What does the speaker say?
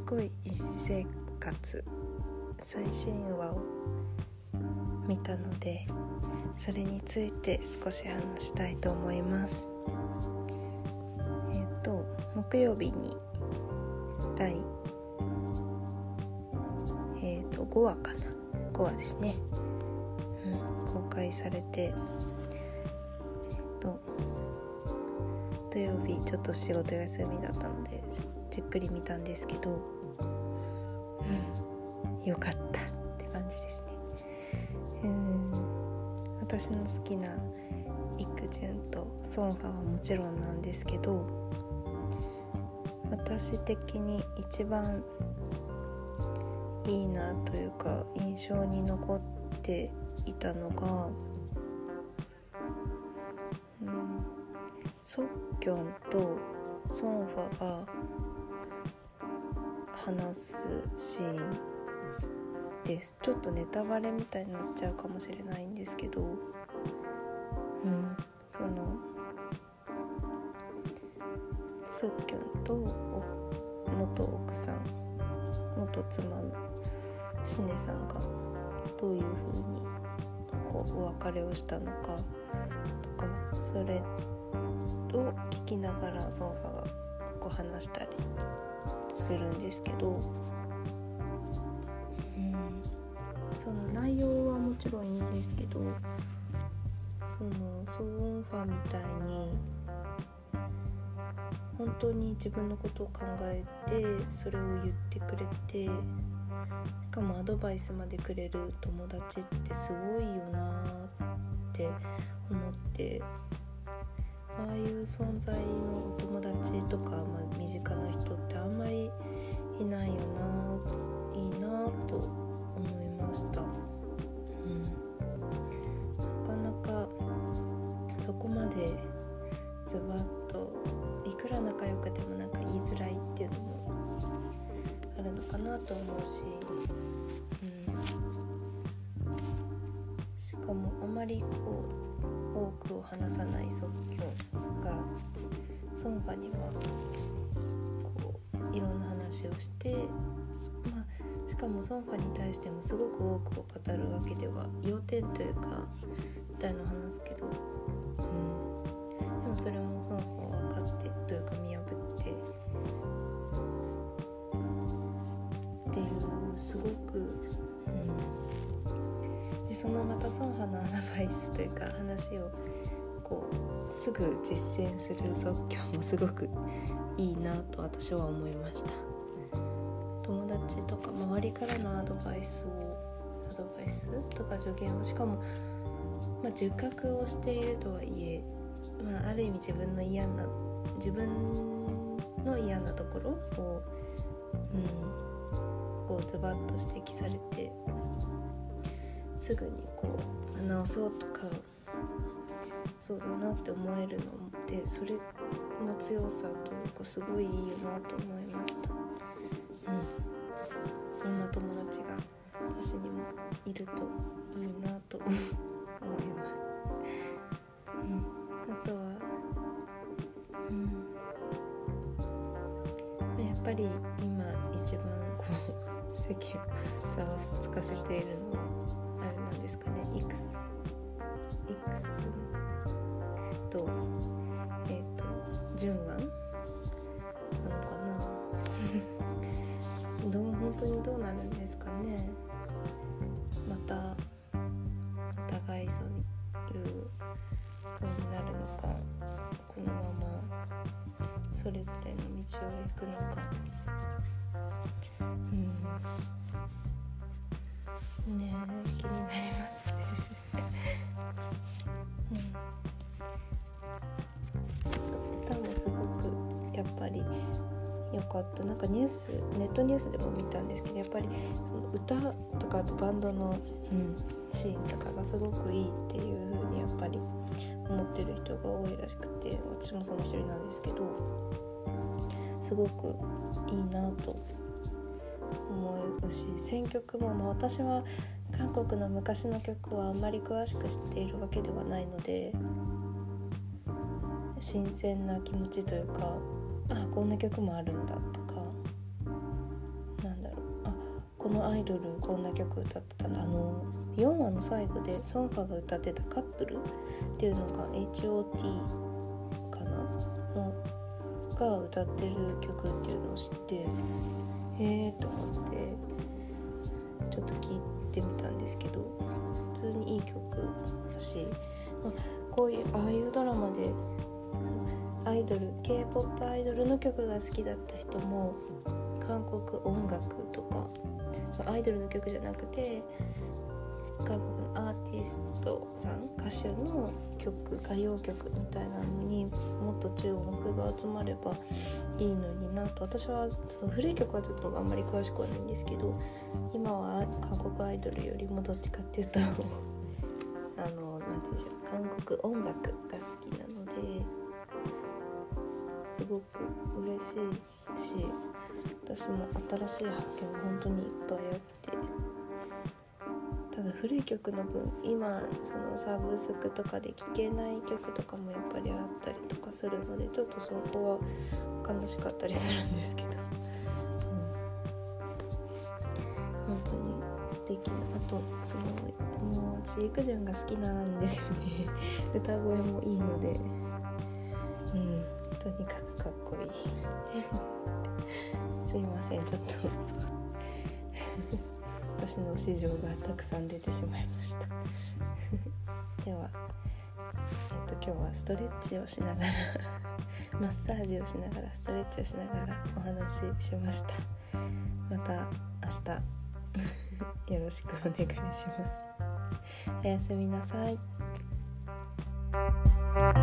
賢い医師生活最新話を見たので、それについて少し話したいと思います。木曜日に第5話かな、5話ですね、公開されて、土曜日ちょっと仕事休みだったのでじっくり見たんですけど、よかったって感じですね。私の好きなイクジュンとソンファはもちろんなんですけど、私的に一番いいなというか印象に残っていたのが、ソッキョンとソンファが話すシーンです。ちょっとネタバレみたいになっちゃうかもしれないんですけど、そのソッキョンと元奥さん、元妻のシネさんがどういう風にお別れをしたのかとか、それを聞きながらソンファが話したりするんですけど、その内容はもちろんいいんですけど、そのソンファみたいに本当に自分のことを考えてそれを言ってくれて、しかもアドバイスまでくれる友達ってすごいよなって思って、ああいう存在のお友達とか、身近な人ってあんまりいないよな、いいなと思いました。なかなかそこまでズバッといくら仲良くても言いづらいっていうのもあるのかなと思うし、しかもあまり多くを話さないソッキョンがソンファにはいろんな話をして、しかもソンファに対してもすごく多くを語るわけでは、要点というかみたいなのを話すけど、でもそれもソンファは分かってというか見破ってっていう、すごく、でそのまたソンファのアドバイスというか話をすぐ実践するソッキョンもすごくいいなと私は思いました。友達とか周りからのアドバイスとか助言を、しかも、自覚をしているとはいえ、ある意味自分の嫌なところを、ズバッと指摘されてすぐに直そうとか、そうだなって思えるので、それの強さとすごいいいよなと思いました。そんな友達が私にもいるといいなと思います。あとは、やっぱり今一番世間をざわつかせているのはあれなんですかね、イクスと純ワンなのかな本当にどうなるんですかね。またお互いそういう風になるのか、このままそれぞれの道を行くのか、気になりますね歌もすごくやっぱり良かった。ネットニュースでも見たんですけど、やっぱりその歌とかあとバンドの、シーンとかがすごくいいっていう風にやっぱり思ってる人が多いらしくて、私もその一人なんですけど、すごくいいなと思うし、選曲も、私は韓国の昔の曲はあんまり詳しく知っているわけではないので、新鮮な気持ちというか、こんな曲もあるんだとか、 のアイドルこんな曲歌ってたら4話の最後でソンファが歌ってたカップルっていうのが HOT かなのが歌ってる曲っていうのを知ってと思ってちょっと聞いてみたんですけど、普通にいい曲だし、こういうああいうドラマでアイドル K-POP アイドルの曲が好きだった人も韓国音楽とかアイドルの曲じゃなくて韓国のアーティストさん歌手の曲歌謡曲みたいなのにもっと注目が集まればいいのになと。私はその古い曲はちょっとあんまり詳しくはないんですけど、今は韓国アイドルよりもどっちかっていうとなんていうんでしょう、韓国音楽が好きなのですごく嬉しいし、私も新しい発見が本当にいっぱいあって、ただ古い曲の分今そのサブスクとかで聴けない曲とかもやっぱりあったりとかするので、ちょっとそこは悲しかったりするんですけど、本当に素敵な、あとすごいもう私イクジュンが好きなんですよね歌声もいいので、とにかくかっこいいすいません、ちょっと私の市場がたくさん出てしまいましたでは、今日はストレッチをしながらマッサージをしながらストレッチをしながらお話ししました。また明日よろしくお願いします。おやすみなさい。